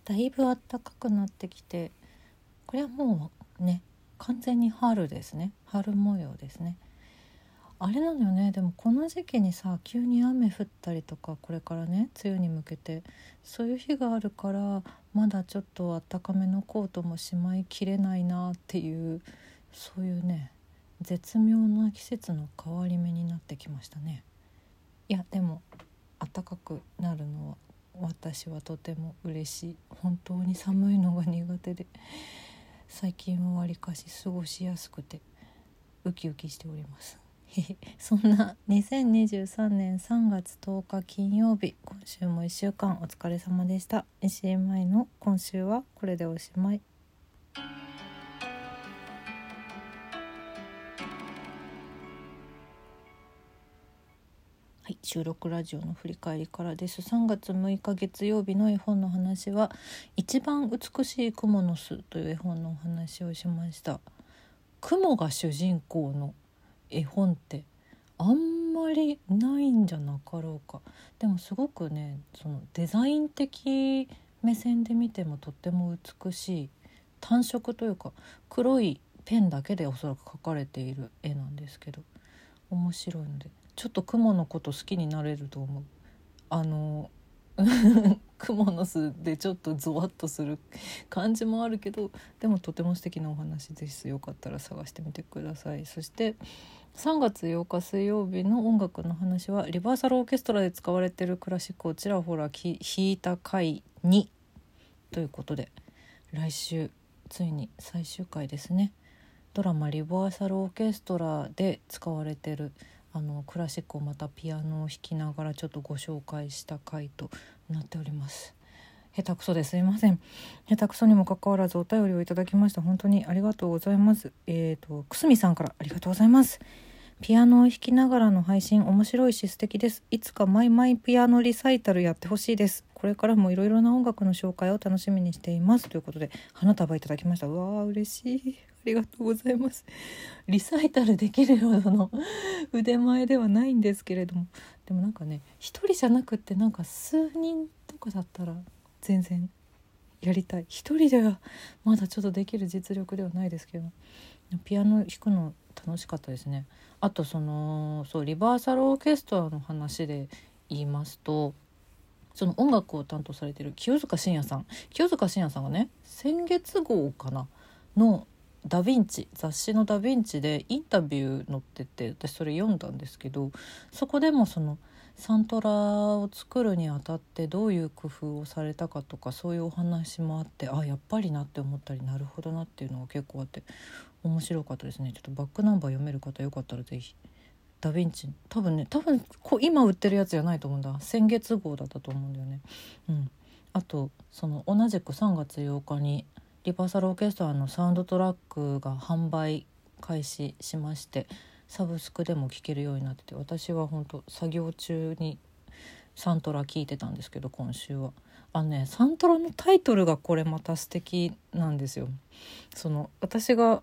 だいぶ暖かくなってきて、これはもうね完全に春ですね。春模様ですね。あれなのよね。でもこの時期にさ、急に雨降ったりとか、これからね梅雨に向けてそういう日があるから、まだちょっと暖かめのコートもしまいきれないなっていう、そういうね絶妙な季節の変わり目になってきましたね。いやでも暖かくなるのは私はとても嬉しい。本当に寒いのが苦手で、最近はわりかし過ごしやすくてウキウキしておりますそんな2023年3月10日金曜日、今週も1週間お疲れ様でした。石井舞の今週はこれでおしまい。はい、収録ラジオの振り返りからです。3月6日月曜日の絵本の話は、一番美しいクモの巣という絵本のお話をしました。クモが主人公の絵本ってあんまりないんじゃなかろうか。でもすごくね、そのデザイン的目線で見てもとっても美しい、単色というか黒いペンだけでおそらく描かれている絵なんですけど、面白いのでちょっとクモのこと好きになれると思う。クモの巣でちょっとゾワッとする感じもあるけど、でもとても素敵なお話です。よかったら探してみてください。そして3月8日水曜日の音楽の話は、リバーサルオーケストラで使われているクラシックをちらほら弾いた回2ということで、来週ついに最終回ですね。ドラマリバーサルオーケストラで使われているクラシックをまたピアノを弾きながらちょっとご紹介した回となっております。下手くそですいません。下手くそにもかかわらずお便りをいただきました。本当にありがとうございます。くすみさんからありがとうございます。ピアノを弾きながらの配信面白いし素敵です。いつかマイピアノリサイタルやってほしいです。これからもいろいろな音楽の紹介を楽しみにしています、ということで花束いただきました。うわー嬉しい、ありがとうございます。リサイタルできるほどの腕前ではないんですけれども、でもなんかね、一人じゃなくってなんか数人とかだったら全然やりたい。一人ではまだちょっとできる実力ではないですけど、ピアノ弾くの楽しかったですね。あとそうリバーサルオーケストラの話で言いますと、その音楽を担当されている清塚信也さんがね、先月号かなのダヴィンチ、雑誌のダヴィンチでインタビュー載ってて、私それ読んだんですけど、そこでもそのサントラを作るにあたってどういう工夫をされたかとか、そういうお話もあって、やっぱりなって思ったり、なるほどなっていうのが結構あって面白かったですね。ちょっとバックナンバー読める方よかったらぜひ。ダヴィンチ多分今売ってるやつじゃないと思うんだ。先月号だったと思うんだよね。あとその同じく3月8日にリバーサルオーケストラのサウンドトラックが販売開始しまして、サブスクでも聴けるようになってて、私は本当作業中にサントラ聴いてたんですけど、今週はサントラのタイトルがこれまた素敵なんですよ。その私が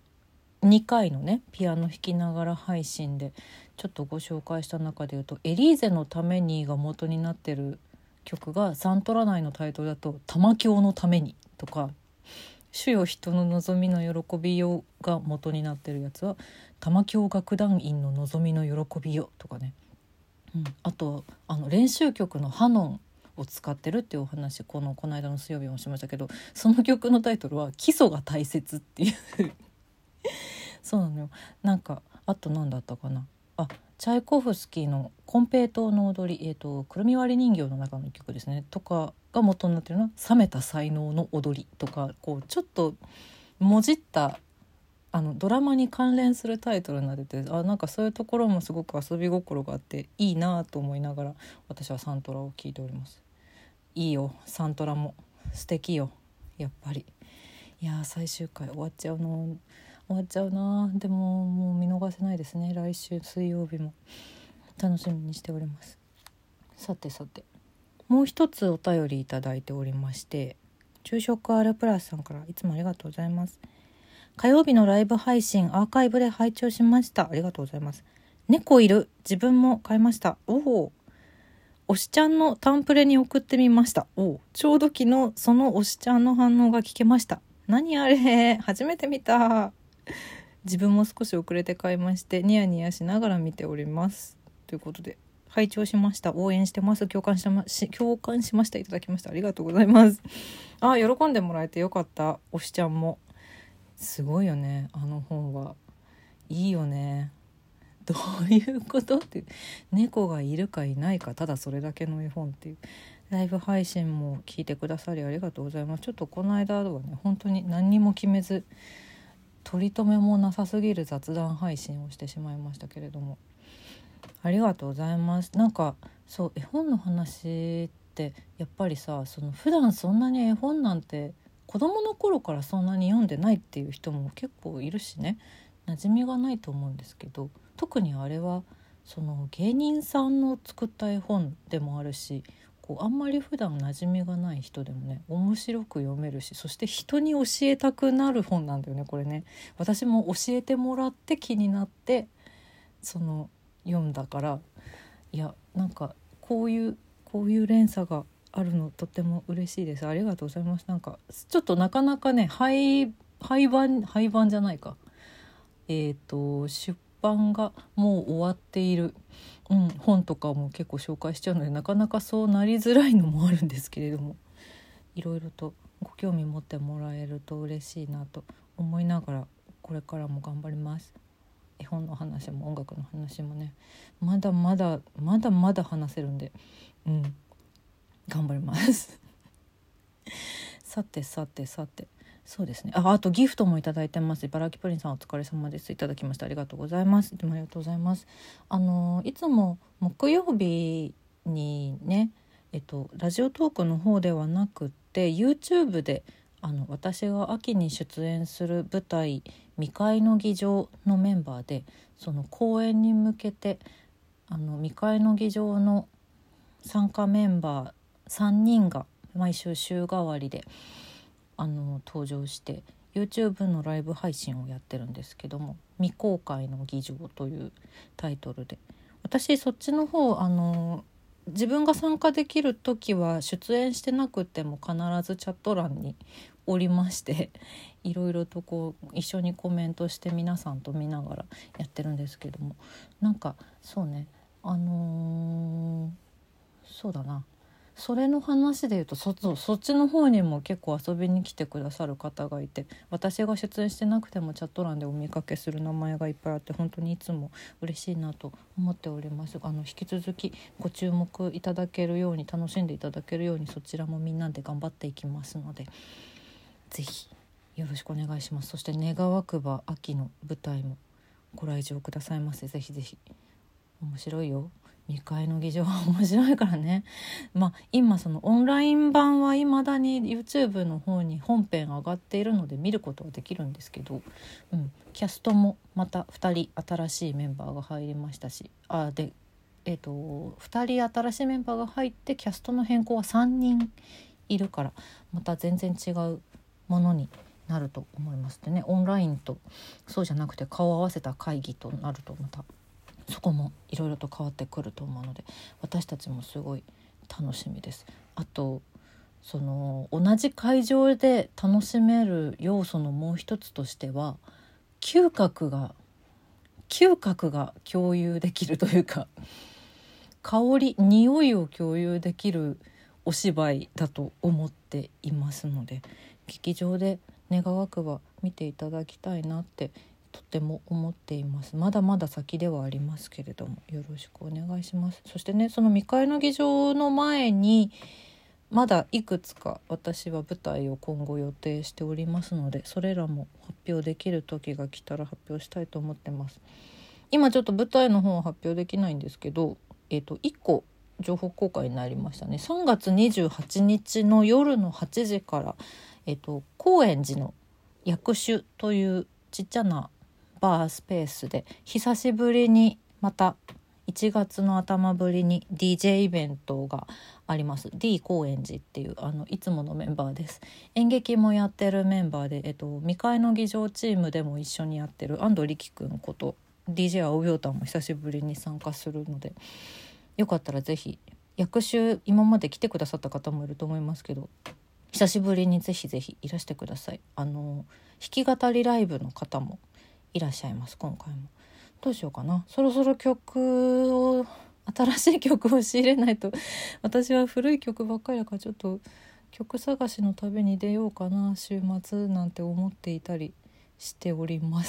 2回のねピアノ弾きながら配信でちょっとご紹介した中でいうと、エリーゼのためにが元になってる曲がサントラ内のタイトルだと玉響のためにとか、主よ人の望みの喜びよが元になってるやつは玉響楽団員の望みの喜びよとかね、あと練習曲のハノンを使ってるっていうお話、この間の水曜日もしましたけど、その曲のタイトルは基礎が大切っていうそうなのよ。なんかあと何だったかな、チャイコフスキーのコンペイトーの踊り、くるみ割り人形の中の曲ですねとかが元になってるのは冷めた才能の踊りとか、こうちょっともじったドラマに関連するタイトルになってて、なんかそういうところもすごく遊び心があっていいなと思いながら、私はサントラを聴いております。いいよ、サントラも素敵よやっぱり。いや最終回終わっちゃうな。でももう見逃せないですね。来週水曜日も楽しみにしております。さてもう一つお便りいただいておりまして、昼食 R プラスさんからいつもありがとうございます。火曜日のライブ配信アーカイブで拝聴しました。ありがとうございます。猫いる、自分も買いました。お推しちゃんのタンプレに送ってみました。ちょうど昨日その推しちゃんの反応が聞けました。何あれ、初めて見た。自分も少し遅れて買いましてニヤニヤしながら見ておりますということで、拝聴しました。応援してます。共感しました。いただきました。ありがとうございます。喜んでもらえてよかった。推しちゃんもすごいよね。あの本はいいよね。どういうことって猫がいるかいないかただそれだけの絵本っていう。ライブ配信も聞いてくださりありがとうございます。ちょっとこの間はね本当に何にも決めず取り留めもなさすぎる雑談配信をしてしまいましたけれども、ありがとうございます。なんかそう絵本の話ってやっぱりさ、その普段そんなに絵本なんて子供の頃からそんなに読んでないっていう人も結構いるしね、馴染みがないと思うんですけど、特にあれはその芸人さんの作った絵本でもあるし、あんまり普段馴染みがない人でもね面白く読めるし、そして人に教えたくなる本なんだよねこれね。私も教えてもらって気になって読んだから、いやなんかこういう連鎖があるのとっても嬉しいです。ありがとうございます。なんかちょっとなかなかね廃盤じゃないか、出版がもう終わっている、本とかも結構紹介しちゃうのでなかなかそうなりづらいのもあるんですけれども、いろいろとご興味持ってもらえると嬉しいなと思いながらこれからも頑張ります。絵本の話も音楽の話もねまだまだ話せるんで、頑張りますさてそうですね。あとギフトもいただいてます。茨城プリンさんお疲れ様です。いただきました。ありがとうございます。ありがとうございます。いつも木曜日にね、ラジオトークの方ではなくって YouTube で私が秋に出演する舞台未開の議場のメンバーでその公演に向けて未開の議場の参加メンバー3人が毎週週替わりで登場して YouTube のライブ配信をやってるんですけども、未公開の議場というタイトルで、私そっちの方自分が参加できる時は出演してなくても必ずチャット欄におりましていろいろと一緒にコメントして皆さんと見ながらやってるんですけども、なんかそうねそうだな、それの話でいうとそっちの方にも結構遊びに来てくださる方がいて、私が出演してなくてもチャット欄でお見かけする名前がいっぱいあって本当にいつも嬉しいなと思っております。引き続きご注目いただけるように楽しんでいただけるようにそちらもみんなで頑張っていきますのでぜひよろしくお願いします。そして願わくば秋の舞台もご来場くださいませ。ぜひぜひ面白いよ。未開の議場は面白いからね。今そのオンライン版は未だに YouTube の方に本編上がっているので見ることはできるんですけど、キャストもまた2人新しいメンバーが入りましたし、2人新しいメンバーが入ってキャストの変更は3人いるからまた全然違うものになると思いますでね、オンラインとそうじゃなくて顔を合わせた会議となるとまたそこもいろいろと変わってくると思うので私たちもすごい楽しみです。あと同じ会場で楽しめる要素のもう一つとしては嗅覚が共有できるというか香り匂いを共有できるお芝居だと思っていますので劇場で願わくば見ていただきたいなってとても思っています。まだまだ先ではありますけれどもよろしくお願いします。そしてねその未開の議場の前にまだいくつか私は舞台を今後予定しておりますのでそれらも発表できる時が来たら発表したいと思ってます。今ちょっと舞台の方は発表できないんですけど1個情報公開になりましたね。3月28日の夜の8時から、高円寺の薬種というちっちゃなバースペースで久しぶりにまた1月の頭ぶりに DJ イベントがあります。 D 高円寺っていういつものメンバーです。演劇もやってるメンバーで、未開の議場チームでも一緒にやってる安藤力くんこと DJ 青びょうたんも久しぶりに参加するのでよかったらぜひ翌週今まで来てくださった方もいると思いますけど、久しぶりにぜひぜひいらしてください。弾き語りライブの方もいらっしゃいます。今回もどうしようかな、そろそろ新しい曲を仕入れないと私は古い曲ばっかりだから、ちょっと曲探しの旅に出ようかな週末なんて思っていたりしております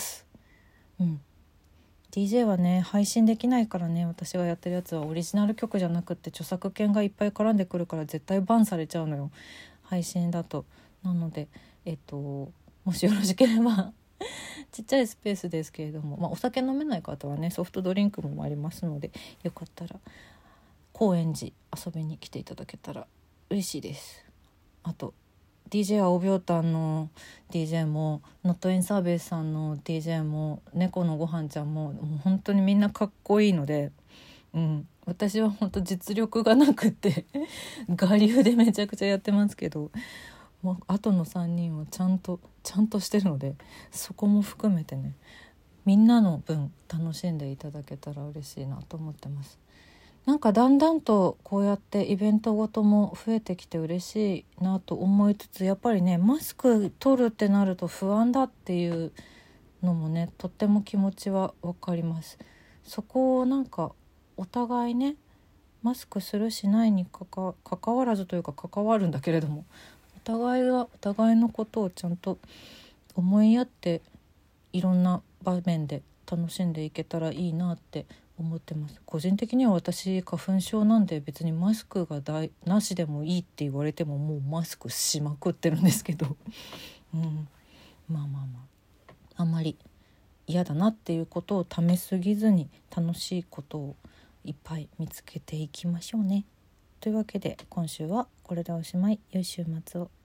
。DJ はね配信できないからね、私がやってるやつはオリジナル曲じゃなくって著作権がいっぱい絡んでくるから絶対バンされちゃうのよ、配信だと。なのでもしよろしければちっちゃいスペースですけれども、お酒飲めない方はねソフトドリンクもありますので、よかったら高円寺遊びに来ていただけたら嬉しいです。あと DJ 青秒炭の DJ もノットインサービスさんの DJ も猫のごはんちゃんも本当にみんなかっこいいので、私は本当実力がなくって我流でめちゃくちゃやってますけど、もう後の3人はちゃんとしてるので、そこも含めてねみんなの分楽しんでいただけたら嬉しいなと思ってます。なんかだんだんとこうやってイベントごとも増えてきて嬉しいなと思いつつ、やっぱりねマスク取るってなると不安だっていうのもねとっても気持ちは分かります。そこをなんかお互いねマスクするしないに関わらずというか関わるんだけれども、お互いがお互いのことをちゃんと思いやっていろんな場面で楽しんでいけたらいいなって思ってます。個人的には私花粉症なんで別にマスクがなしでもいいって言われてももうマスクしまくってるんですけどあんまり嫌だなっていうことをためすぎずに楽しいことをいっぱい見つけていきましょうね。というわけで今週はこれでおしまい。良い週末を。